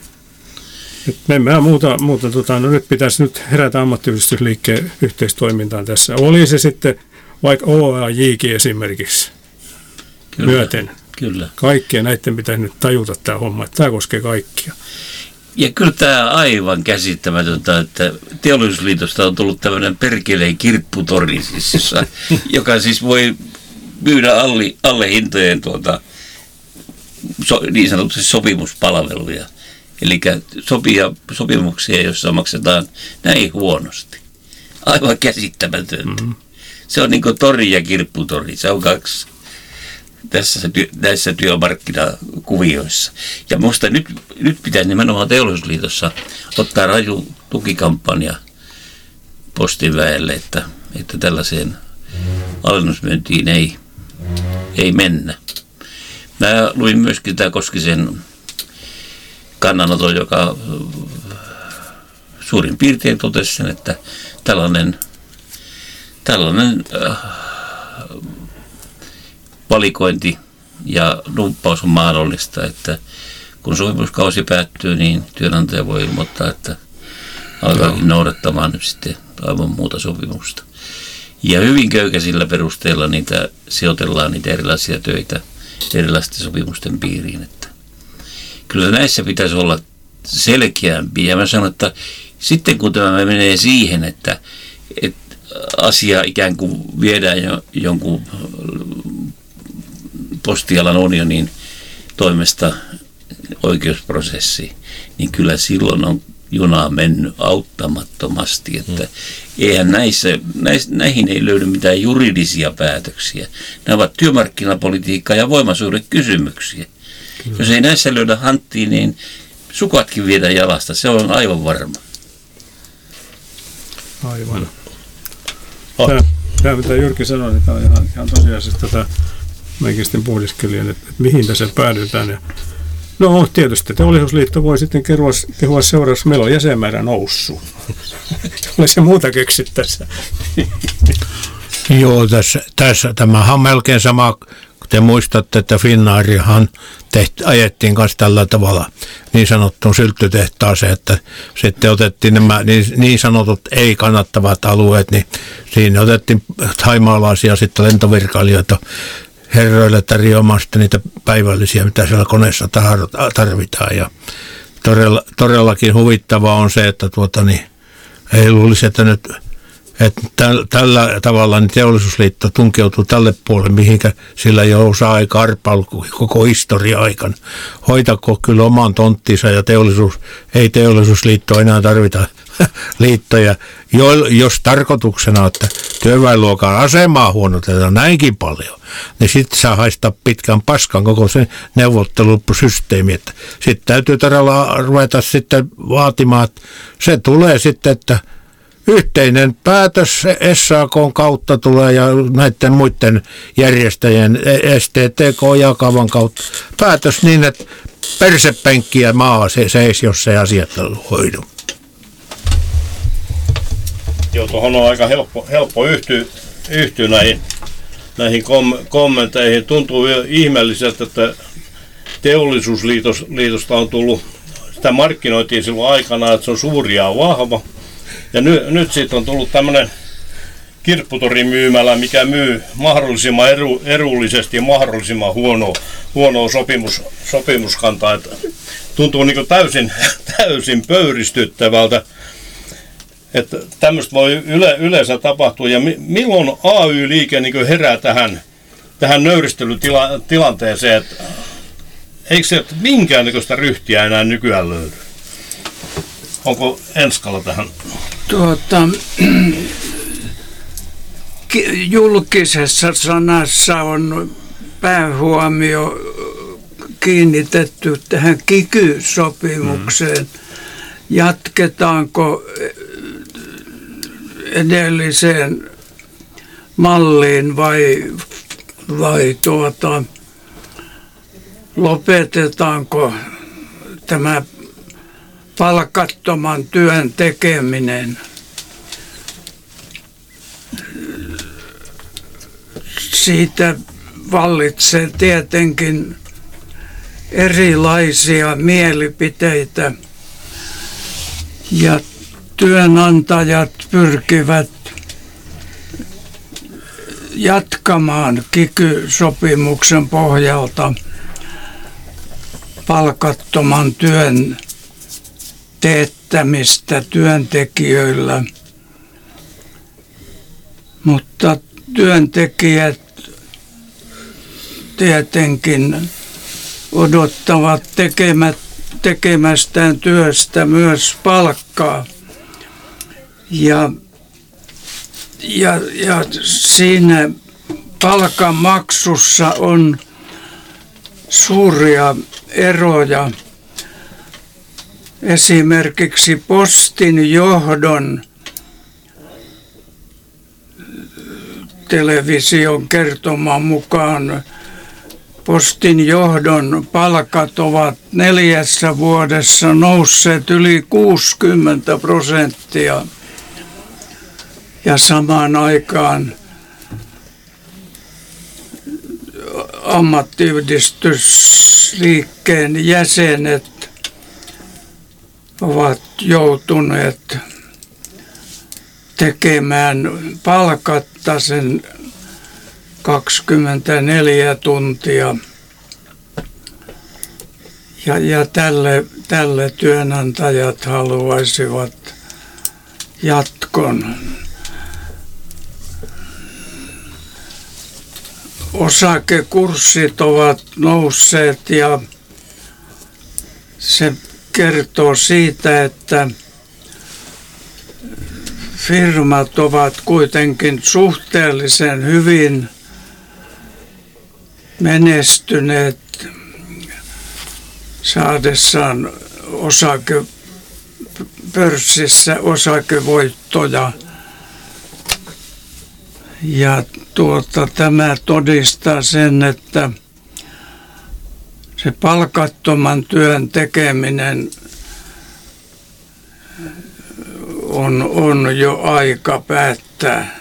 Nyt pitäisi herätä ammattiyhdistysliikkeen yhteistoimintaan tässä. Oli se sitten vaikka OAJkin esimerkiksi myöten. Kyllä. Kaikkien näiden pitäisi nyt tajuta tämä homma, että tämä koskee kaikkia. Ja kyllä tämä on aivan käsittämätöntä, että Teollisuusliitosta on tullut tämmöinen perkeleen kirpputori, siis, joka siis voi myydä alle hintojen niin sanotusti sopimuspalveluja. Eli sopimuksia, joissa maksetaan näin huonosti. Aivan käsittämätöntä. Mm-hmm. Se on niin kuin tori ja kirpputori. Se on kaksi näissä työmarkkinakulttuureissa kuvioissa. Ja minusta nyt pitäisi nimenomaan Teollisuusliitossa ottaa raju tukikampanja Postin väelle, että tällaiseen alennusmyyntiin ei mennä. Mä luin myöskin tämä Koskisen kannanoton, joka suurin piirtein totesi sen, että tällainen valikointi ja dumppaus on mahdollista, että kun sopimuskausi päättyy, niin työnantaja voi ilmoittaa, että alkaakin noudattamaan nyt sitten aivan muuta sopimusta. Ja hyvin köykäisillä perusteella niitä sijoitellaan niitä erilaisia töitä erilaisten sopimusten piiriin. Että kyllä näissä pitäisi olla selkeämpi. Ja mä sanon, että sitten kun tämä menee siihen, että asia ikään kuin viedään jonkun postialan unionin toimesta oikeusprosessi, niin kyllä silloin on juna mennyt auttamattomasti, että eihän näihin ei löydy mitään juridisia päätöksiä. Nämä ovat työmarkkinapolitiikkaa ja voimasuhdekysymyksiä. Jos ei näissä löydä hanttiin, niin sukatkin viedään jalasta, se on aivan varma. Aivan. Tämä mitä Jyrki sanoi, niin tämä on ihan tosiasiassa tätä mäkin sitten pohdiskelin, että mihin tässä päädytään. Ja no tietysti Teollisuusliitto voi sitten kehua seuraavaksi, meillä on jäsenmäärä noussut. Oli se muuta keksittäessä. Joo, tässä tämähän on melkein sama, kun te muistatte, että Finnairihan ajettiin kanssa tällä tavalla niin sanottuun sylttytehtaaseen, että sitten otettiin nämä niin sanotut ei-kannattavat alueet, niin siinä otettiin haimaalaisia sitten lentovirkailijoita herroille tarjoamaan sitten niitä päivällisiä, mitä siellä koneessa tarvitaan. Ja todellakin huvittavaa on se, että ei luulisi, että nyt tällä tavalla niin Teollisuusliitto tunkeutuu tälle puolelle, mihinkä sillä ei ole osa-aika arpailu koko historia aikana. Hoitako kyllä oman tonttinsa ja ei Teollisuusliitto enää tarvita liittoja, jos tarkoituksena, että työväenluokan asemaa huonotetaan näinkin paljon, niin sitten saa haistaa pitkän paskan koko sen neuvottelusysteemi. Sitten täytyy todella ruveta sitten vaatimaan, että se tulee sitten, että yhteinen päätös SAK:n kautta tulee ja näiden muiden järjestäjien STTK ja Kavan kautta päätös niin, että persepenkki ja maa seis, jos ei asiat hoidu. Joo, tuohon on aika helppo yhtyä näihin kommenteihin. Tuntuu ihmeelliseltä, että Teollisuusliitosta on tullut, sitä markkinoitiin silloin aikana, että se on suuri ja vahva. Ja nyt siitä on tullut tämmöinen kirpputorimyymälä, mikä myy mahdollisimman edullisesti ja mahdollisimman huonoa sopimuskantaa. Että tuntuu niin kuin täysin pöyristyttävältä, että tämmöistä voi yleensä tapahtua. Ja milloin AY-liike niin kuin herää tähän nöyristelytilanteeseen, että eikö se minkäännäköistä ryhtiä enää nykyään löydy? Onko Enskalla tähän? Julkisessa sanassa on päähuomio kiinnitetty tähän kiky-sopimukseen. Jatketaanko edelliseen malliin vai lopetetaanko tämä palkattoman työn tekeminen? Siitä vallitsee tietenkin erilaisia mielipiteitä ja työnantajat pyrkivät jatkamaan kiky-sopimuksen pohjalta palkattoman työn teettämistä työntekijöillä, mutta työntekijät tietenkin odottavat tekemästään työstä myös palkkaa. Ja siinä palkanmaksussa on suuria eroja. Esimerkiksi postin johdon television kertoman mukaan postin johdon palkat ovat 4 vuodessa nousseet yli 60%. Ja samaan aikaan ammattiyhdistysliikkeen jäsenet ovat joutuneet tekemään palkatta sen 24 tuntia. Ja tälle työnantajat haluaisivat jatkon. Osakekurssit ovat nousseet ja se kertoo siitä, että firmat ovat kuitenkin suhteellisen hyvin menestyneet saadessaan pörssissä osakevoittoja. Ja tämä todistaa sen, että se palkattoman työn tekeminen on jo aika päättää.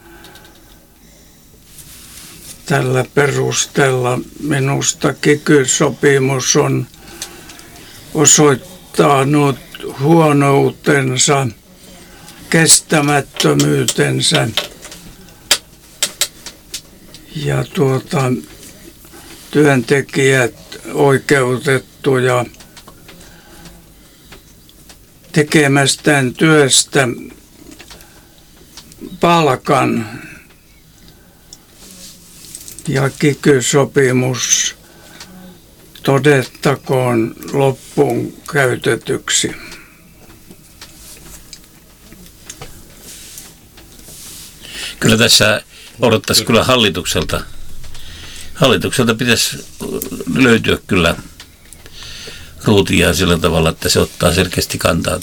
Tällä perusteella minusta kiky-sopimus on osoittanut huonoutensa, kestämättömyytensä ja työntekijät oikeutettuja tekemästään työstä palkan ja kiky-sopimus todettakoon loppuun käytetyksi. Kyllä tässä odottaisi kyllä hallitukselta pitäisi löytyä kyllä ruutia sillä tavalla, että se ottaa selkeästi kantaa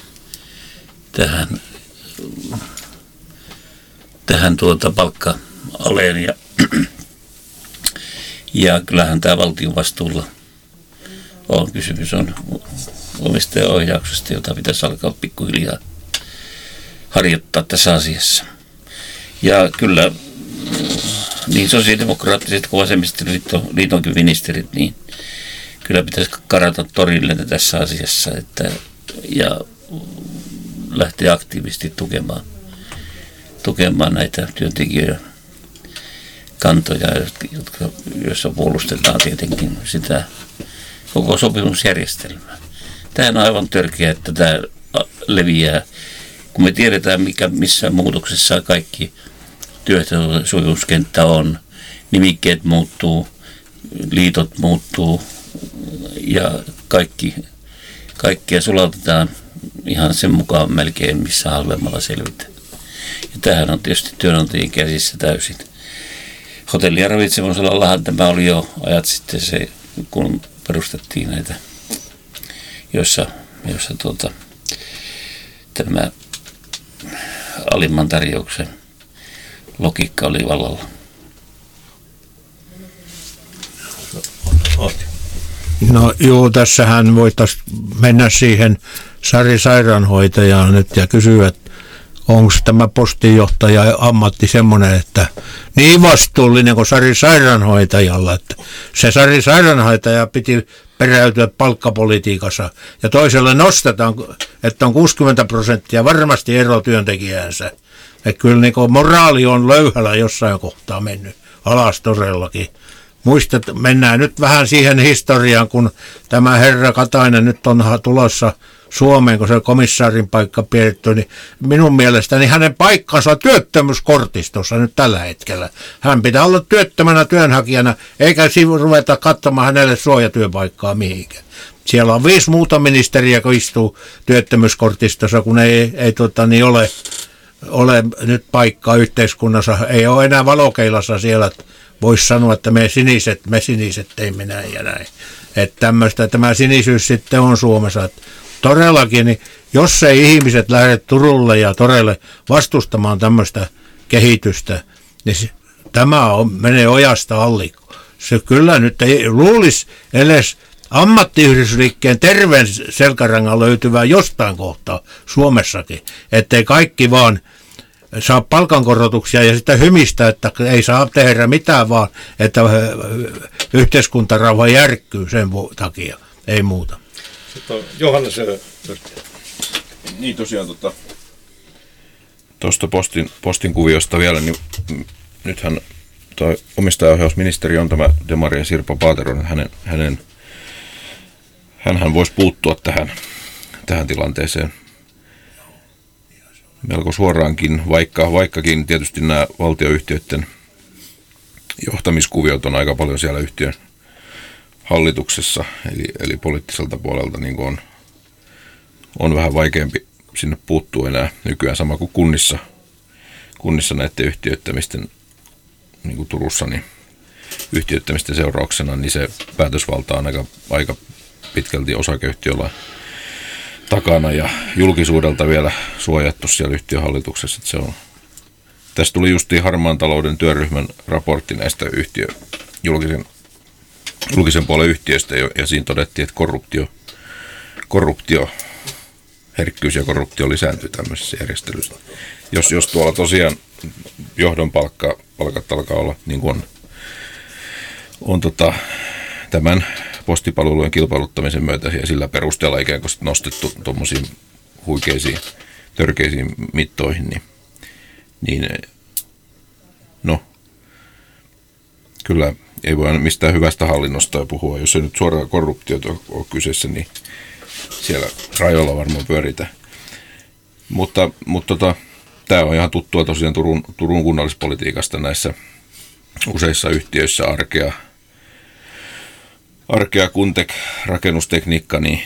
tähän palkka-aleen ja kyllähän tämä valtion vastuulla on. Kysymys on omistajaohjauksesta, jota pitäisi alkaa pikkuhiljaa harjoittaa tässä asiassa. Ja kyllä niin sosiaalidemokraattiset kuin vasemmistoliitonkin ministerit, niin kyllä pitäisi karata torille tässä asiassa ja lähteä aktiivisesti tukemaan näitä työntekijöiden kantoja, joissa puolustetaan tietenkin sitä koko sopimusjärjestelmää. Tämä on aivan törkeä, että tämä leviää, kun me tiedetään, missä muutoksessa kaikki työehtosopimuskenttä on. Nimikkeet muuttuu, liitot muuttuu ja kaikkia sulautetaan ihan sen mukaan melkein, missä halvemmalla selvitään. Ja tämähän on tietysti työnantajien käsissä täysin. Hotelli- ja ravitsemusalallahan tämä oli jo ajat sitten se, kun perustettiin näitä, joissa tämä alimman tarjouksen logiikka oli vallalla. No joo, tässähän voitaisiin mennä siihen Sari Sairaanhoitajaan nyt ja kysyä, että onko tämä postinjohtaja ammatti semmoinen, että niin vastuullinen kuin Sari Sairaanhoitajalla, että se Sari Sairaanhoitaja piti peräytyä palkkapolitiikassa ja toiselle nostetaan, että on 60% varmasti ero työntekijäänsä. Että kyllä niin kuin moraali on löyhällä jossain kohtaa mennyt alas todellakin. Muistat, mennään nyt vähän siihen historiaan, kun tämä herra Katainen nyt on tulossa Suomeen, kun se komissaarin paikka piirretty, niin minun mielestäni hänen paikkansa työttömyyskortistossa nyt tällä hetkellä. Hän pitää olla työttömänä työnhakijana, eikä ruveta katsomaan hänelle suojatyöpaikkaa mihinkään. Siellä on 5 muuta ministeriä, kun istuu työttömyyskortistossa, kun ei ole nyt paikkaa yhteiskunnassa. Ei ole enää valokeilassa siellä voisi sanoa, että me siniset teimme näin ja näin. Että tämä sinisyys sitten on Suomessa. Että todellakin, niin jos ei ihmiset lähde Turulle ja toreille vastustamaan tämmöistä kehitystä, niin menee ojasta allikkoon. Se kyllä nyt ei luulisi edes ammattiyhdistysliikkeen terveen selkärangan löytyvää jostain kohtaa Suomessakin, ettei kaikki vaan saa palkankorotuksia ja sitten hymistä, että ei saa tehdä mitään, vaan että yhteiskuntarauha järkkyy sen takia, ei muuta. Sitten on Johannes. Niin tosiaan tuosta postin kuviosta vielä, niin nythän tuo omistajaohjausministeri on tämä demarien Sirpa Paateronen, hänhän voisi puuttua tähän tilanteeseen melko suoraankin, vaikkakin tietysti nämä valtioyhtiöiden johtamiskuviot on aika paljon siellä yhtiön hallituksessa, eli poliittiselta puolelta niin kuin on vähän vaikeampi sinne puuttua enää nykyään, sama kuin kunnissa näiden yhtiöittämisten, niin kuin Turussa, niin yhtiöittämisten seurauksena, niin se päätösvalta on aika pitkälti osakeyhtiöllä takana ja julkisuudelta vielä suojattu siellä yhtiöhallituksessa. Tästä tuli justiin harmaan talouden työryhmän raportti näistä julkisen puolen yhtiöistä, ja siinä todettiin, että korruptio, herkkyys ja korruptio lisääntyy tämmöisessä järjestelyssä. Jos tuolla tosiaan johdon palkat alkaa olla niin kuin on tämän postipalvelujen kilpailuttamisen myötä ja sillä perusteella ikään kuin nostettu tuommoisiin huikeisiin, törkeisiin mittoihin, niin no, kyllä ei voi mistään hyvästä hallinnosta puhua. Jos ei nyt suoraan korruptiota ole kyseessä, niin siellä rajoilla varmaan pyöritään. Mutta tämä on ihan tuttua tosiaan Turun kunnallispolitiikasta näissä useissa yhtiöissä arkea Kuntek, rakennustekniikka, niin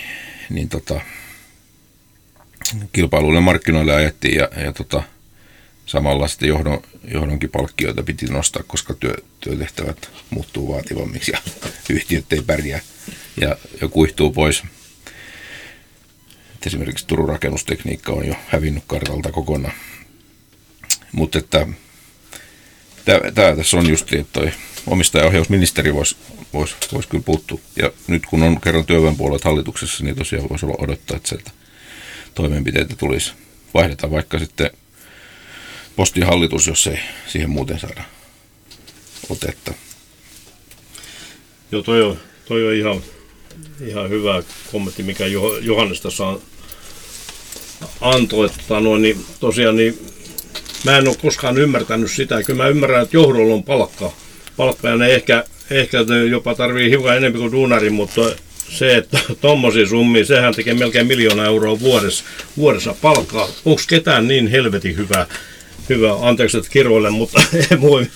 kilpailuille markkinoille ajettiin ja samalla sitten johdonkin palkkioita piti nostaa, koska työtehtävät muuttuu vaativammiksi ja yhtiöt ei pärjää ja kuihtuu pois. Et esimerkiksi Turun rakennustekniikka on jo hävinnyt kartalta kokonaan. Mutta että tämä tässä on just, että toi omistajaohjausministeri voisi kyllä puuttua. Ja nyt kun on kerran työväenpuolueet hallituksessa, niin tosiaan voisi olla odottaa, että sieltä toimenpiteitä tulisi. Vaihdetaan vaikka sitten postin hallitus, jos ei siihen muuten saada otetta. Joo, toi on ihan hyvä kommentti, mikä Johannes tässä antoi. Niin tosiaan niin mä en ole koskaan ymmärtänyt sitä. Kyllä mä ymmärrän, että johdolla on palkka ja ne ehkä jopa tarvii hiukan enemmän kuin duunari, mutta se, että tommosia summia, sehän tekee melkein 1 000 000 euroa vuodessa palkkaa. Onko ketään niin helvetin hyvä, anteeksi, että kiroilen, mutta ei voi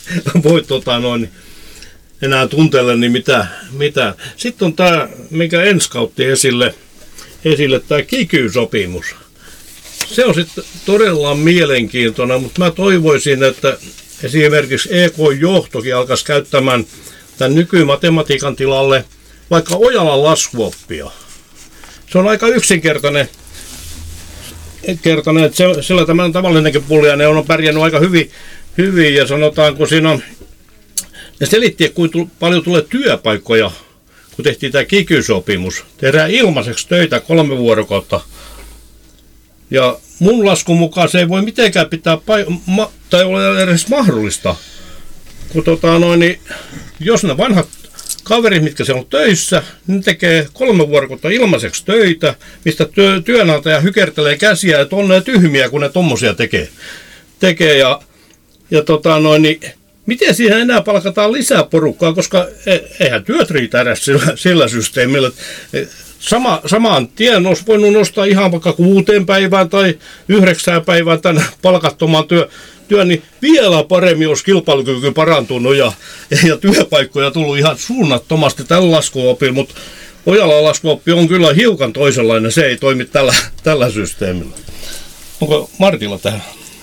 enää tunteella, niin mitä. Sitten on tämä, mikä Enskautti esille tämä kiky-sopimus. Se on sitten todella mielenkiintoinen, mutta mä toivoisin, että esimerkiksi EK-johtokin alkaisi käyttämään tämän nykymatematiikan tilalle vaikka Ojalan laskuoppia. Se on aika yksinkertainen, että sillä tämän tavallinenkin pulliainen on pärjännyt aika hyvin ja sanotaan, kun siinä on, ne selitti, että kuinka paljon tulee työpaikkoja, kun tehtiin tämä kiky-sopimus. Tehdään ilmaiseksi töitä 3 vuorokautta. Ja mun laskun mukaan se ei voi mitenkään pitää tai ole edes mahdollista. Kun niin jos ne vanhat kaverit, mitkä siellä on töissä, ne tekee 3 vuorokautta ilmaiseksi töitä, mistä työnantaja hykertelee käsiä, että on ne tyhmiä, kun ne tommosia tekee ja niin miten siihen enää palkataan lisää porukkaa, koska eihän työt riitä edes sillä systeemillä. Samaan tien olisi voinut nostaa ihan vaikka 6 päivään tai 9 päivään tämän palkattoman työn, niin vielä paremmin olisi kilpailukyky parantunut ja työpaikkoja tullut ihan suunnattomasti tällä laskuopilla, mutta Ojalan laskuoppi on kyllä hiukan toisenlainen, se ei toimi tällä systeemillä. Onko Martilla tähän?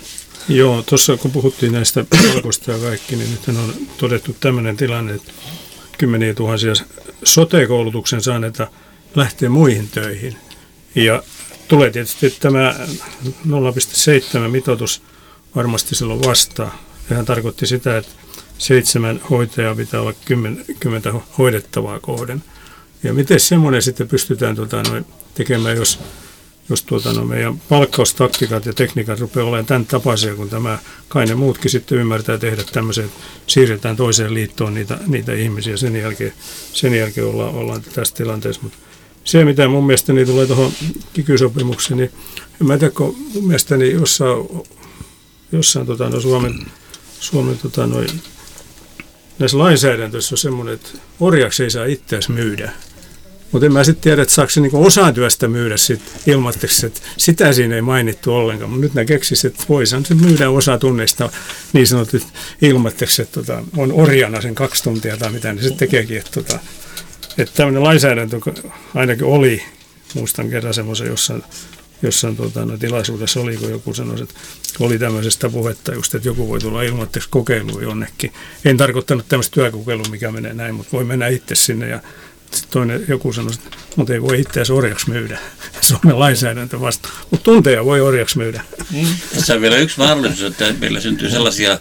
Joo, tuossa kun puhuttiin näistä palkoista ja kaikki, niin nyt on todettu tämmöinen tilanne, että 10 000 sote-koulutuksen saaneita lähtee muihin töihin. Ja tulee tietysti tämä 0,7 mitoitus varmasti silloin vastaan. Sehän tarkoitti sitä, että 7 hoitajaa pitää olla 10 hoidettavaa kohden. Ja miten semmoinen sitten pystytään tekemään, jos meidän palkkaustaktiikat ja tekniikat rupeaa olemaan tämän tapaisia, kun tämä kai ne muutkin sitten ymmärtää tehdä tämmöisen, siirretään toiseen liittoon niitä ihmisiä. Sen jälkeen ollaan tässä tilanteessa. Mutta se, mitä mun mielestäni tulee tuohon kiky-sopimukseen, niin en mä tiedä, kun mun mielestäni jossain Suomen näissä lainsäädäntöissä on semmoinen, että orjaksi ei saa itseäsi myydä. Mutta en mä sitten tiedä, että saako se niinku osan työstä myydä ilmatteeksi, että sitä siinä ei mainittu ollenkaan. Mutta nyt mä keksin, että voisin se myydä osa tunneista niin sanotut ilmatteeksi, että on orjana sen 2 tuntia tai mitä, niin se tekeekin. Että tämmöinen lainsäädäntö ainakin oli, muistan kerran semmoisen jossain tilaisuudessa oli, kun joku sanoi, että oli tämmöisestä puhetta just, että joku voi tulla ilmatteeksi kokeiluun jonnekin. En tarkoittanut tämmöistä työkokeilua, mikä menee näin, mutta voi mennä itse sinne ja toinen joku sanoi, että mutta ei voi itseäsi orjaksi myydä. Suomen lainsäädäntö vasta. Mutta tunteja voi orjaksi myydä. Tässä on vielä yksi mahdollisuus, että meillä syntyy sellaisia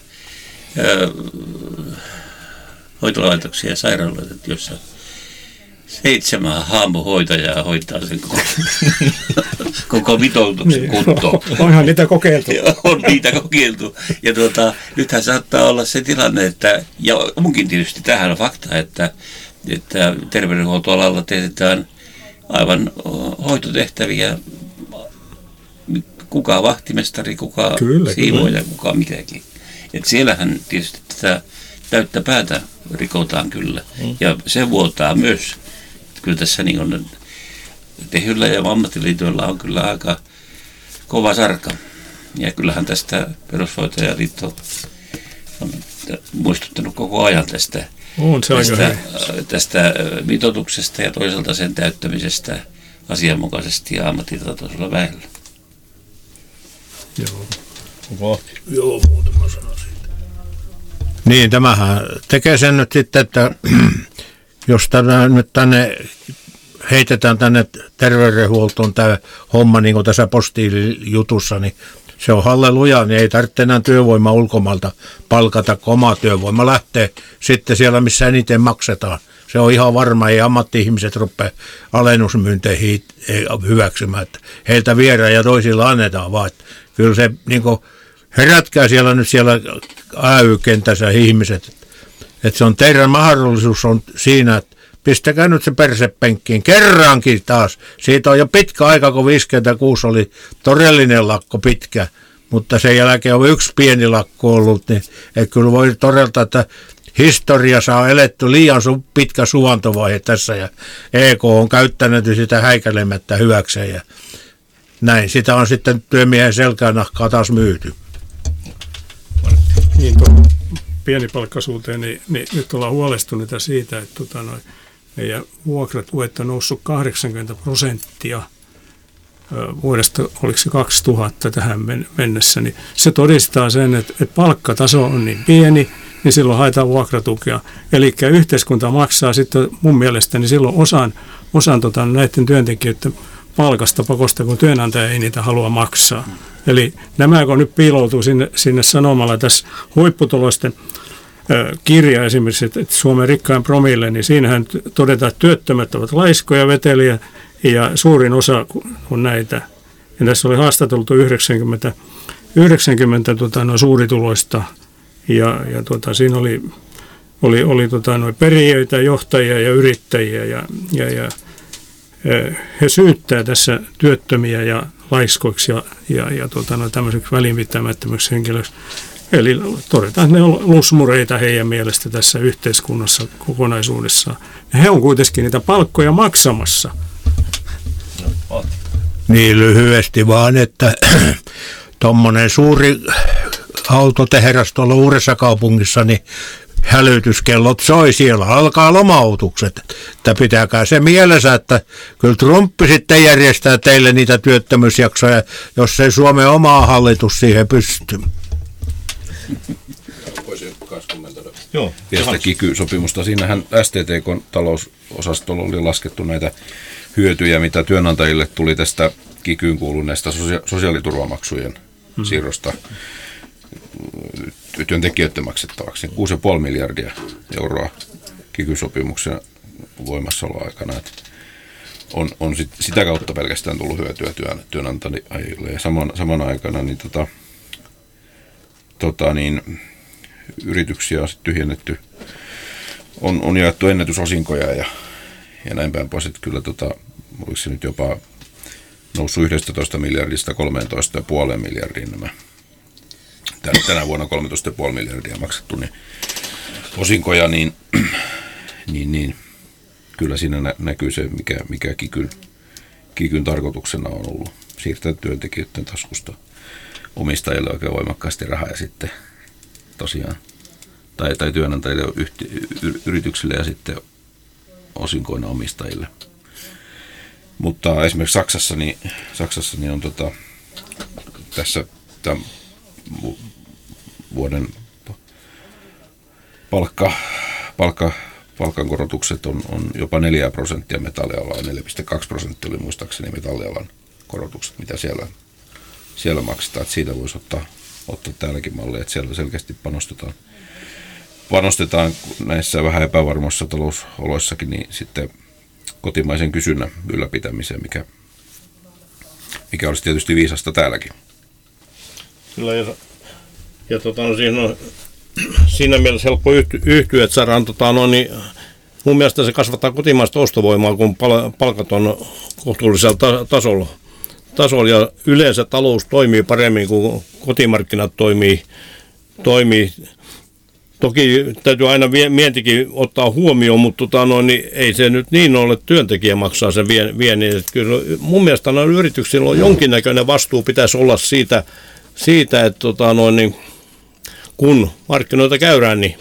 hoitolaitoksia ja sairaaloita, joissa 7 haamuhoitajaa hoitaa sen koko mitoituksen kuntoon. Onhan niitä kokeiltu. On niitä kokeiltu. Ja nythän saattaa olla se tilanne, että, ja munkin tietysti tähän on fakta, että terveydenhuoltoalalla teetetään aivan hoitotehtäviä, kuka vahtimestari, kuka siivoja, kuka mikäkin. Et siellähän tietysti tätä täyttä päätä rikotaan kyllä. Ja se vuotaa myös. Kyllä tässä niin on, Tehyllä ja ammattiliitoilla on kyllä aika kova sarka. Ja kyllähän tästä Perushoitajaliitto on muistuttanut koko ajan tästä mitoituksesta ja toisaalta sen täyttämisestä asianmukaisesti ja ammattitaitoisella väellä. Joo, muutama sana siitä. Niin, tämähän tekee sen nyt sitten, että jos nyt tänne heitetään tänne terveydenhuoltoon tämä homma, niin kuin tässä postiilijutussa, niin se on halleluja, niin ei tarvitse enää työvoimaa ulkomailta palkata, kun oma työvoima lähtee sitten siellä, missä eniten maksetaan. Se on ihan varma, ei ammatti-ihmiset rupea alennusmyynteihin hyväksymään, että heiltä viedään ja toisilla annetaan vaan. Että kyllä se niin kuin herätkää siellä nyt siellä AY-kentässä ihmiset, että se on teidän mahdollisuus on siinä, että pistäkää nyt se persepenkkiin kerrankin taas. Siitä on jo pitkä aika, kun 56 oli todellinen lakko pitkä, mutta sen jälkeen on yksi pieni lakko ollut, niin että kyllä voi todeta, että historiassa on eletty liian pitkä suvantovaihe tässä ja EK on käyttänyt sitä häikäilemättä hyväkseen ja näin. Sitä on sitten työmiehen selkänahkaa taas myyty. Niin tuon pienipalkkaisuuteen, niin nyt ollaan huolestuneita siitä, että meidän vuokrat on noussut 80% vuodesta, oliko se 2000 tähän mennessä, niin se todistaa sen, että palkkataso on niin pieni, niin silloin haetaan vuokratukea. Eli yhteiskunta maksaa sitten mun mielestäni silloin osan näiden työntekijöiden palkasta pakosta, kun työnantaja ei niitä halua maksaa. Eli nämä, kun nyt piiloutuu sinne sanomalla tässä huipputulosten kirja esimerkiksi, että Suomen rikkain promille, niin siinähän todetaan, että työttömät ovat laiskoja, veteliä ja suurin osa on näitä. Ja tässä oli haastateltu 90 suurituloista ja siinä oli perijöitä, johtajia ja yrittäjiä ja he syyttää tässä työttömiä ja laiskoiksi ja tämmöiseksi välinpitämättömäksi henkilöksi. Eli todetaan, että ne on lusmureita heidän mielestä tässä yhteiskunnassa kokonaisuudessaan. Ja he on kuitenkin niitä palkkoja maksamassa. Niin lyhyesti vaan, että tuommoinen suuri autotehdas tuolla Uudessa kaupungissa, niin hälytyskellot soi, siellä alkaa lomautukset. Että pitääkää se mielessä, että kyllä Trumpi sitten järjestää teille niitä työttömyysjaksoja, jos ei Suomen oma hallitus siihen pysty. Voisin myös kommentoida. Joo. Sitä kiky-sopimusta. Siinähän STTK:n talousosastolla oli laskettu näitä hyötyjä, mitä työnantajille tuli tästä kikyyn kuuluneesta sosiaaliturvamaksujen siirrosta työntekijöiden maksettavaksi. 6,5 miljardia euroa kiky-sopimuksen voimassaoloaikana. On sitä kautta pelkästään tullut hyötyä työnantajille. Ja samana aikana niin, yrityksiä on sitten tyhjennetty. On jaettu ennätysosinkoja ja näin päin pois. Että kyllä oliko se nyt jopa noussut 11 miljardista 13,5 miljardiin nämä. Tänä vuonna 13,5 miljardia maksettu niin osinkoja, niin kyllä siinä näkyy se, mikä kikyn tarkoituksena on ollut. Siirtää työntekijöiden taskusta omistajille oikein voimakkaasti rahaa ja sitten tosiaan, tai työnantajille, yrityksille ja sitten osinkoina omistajille. Mutta esimerkiksi Saksassa on tässä tämän vuoden palkankorotukset on jopa 4% metallialalla, 4,2% oli muistaakseni metallialan korotukset, mitä siellä maksetaan. Että siitä voisi ottaa täälläkin mallia, että siellä selkeästi panostetaan näissä vähän epävarmoissa talousoloissakin niin sitten kotimaisen kysynnän ylläpitämiseen, mikä olisi tietysti viisasta täälläkin. Kyllä, ja siinä on siinä mielessä helppo yhtyä, että saadaan niin mun mielestä se kasvattaa kotimaista ostovoimaa, kun palkat on kohtuullisella tasolla ja yleensä talous toimii paremmin, kun kotimarkkinat toimii. Toki täytyy aina vientikin ottaa huomioon, mutta niin ei se nyt niin ole, että työntekijä maksaa sen viennin. Että kyllä mun mielestä yrityksillä on jonkinnäköinen vastuu pitäisi olla siitä että niin kun markkinoita käydään, niin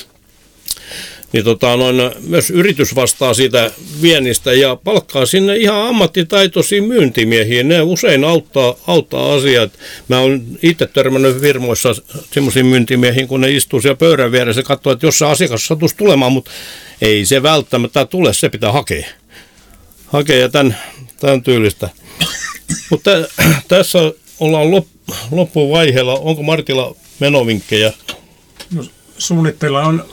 myös yritys vastaa siitä viennistä ja palkkaa sinne ihan ammattitaitoisia myyntimiehiä. Ne usein auttaa asiaa. Mä oon itse törmännyt firmoissa semmoisiin myyntimiehiin, kun ne istuu siellä pöydän vieressä ja katsoo, että jos se asiakas satuisi tulemaan, mutta ei se välttämättä tule, se pitää hakea ja tämän tyylistä. Mutta tässä ollaan loppuvaiheella. Onko Martilla menovinkkejä? No, suunnitteilla on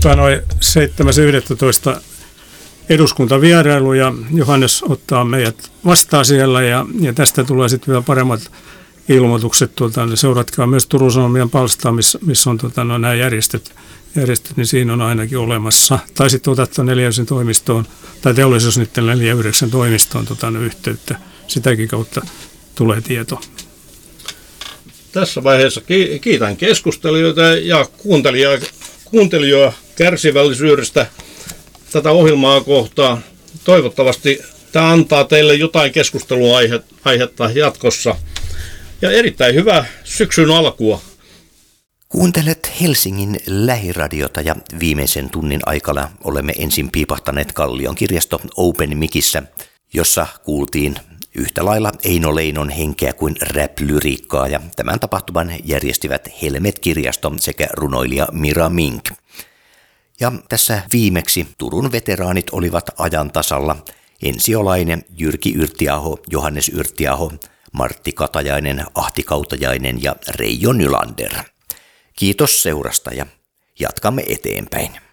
7.11. eduskuntavierailu ja Johannes ottaa meidät vastaan siellä ja tästä tulee sitten vielä paremmat ilmoitukset. Seuratkaa myös Turun Sanomien palstaa, missä on nämä järjestöt, niin siinä on ainakin olemassa. Tai sitten otatte 49 toimistoon tai teollisuus nyt 49 toimistoon yhteyttä. Sitäkin kautta tulee tieto. Tässä vaiheessa kiitän keskustelijoita ja kuuntelijoita kärsivällisyydestä tätä ohjelmaa kohtaan. Toivottavasti tämä antaa teille jotain keskusteluaihetta jatkossa. Ja erittäin hyvää syksyn alkua. Kuuntelet Helsingin lähiradiota ja viimeisen tunnin aikana olemme ensin piipahtaneet Kallion kirjasto Open Micissä, jossa kuultiin yhtä lailla Eino Leinon henkeä kuin rap-lyriikkaa ja tämän tapahtuman järjestivät Helmet-kirjasto sekä runoilija Mira Mink. Ja tässä viimeksi Turun veteraanit olivat ajan tasalla Ensi Olainen, Jyrki Yrttiaho, Johannes Yrttiaho, Martti Katajainen, Ahti Kautajainen ja Reijo Nylander. Kiitos seurasta ja jatkamme eteenpäin.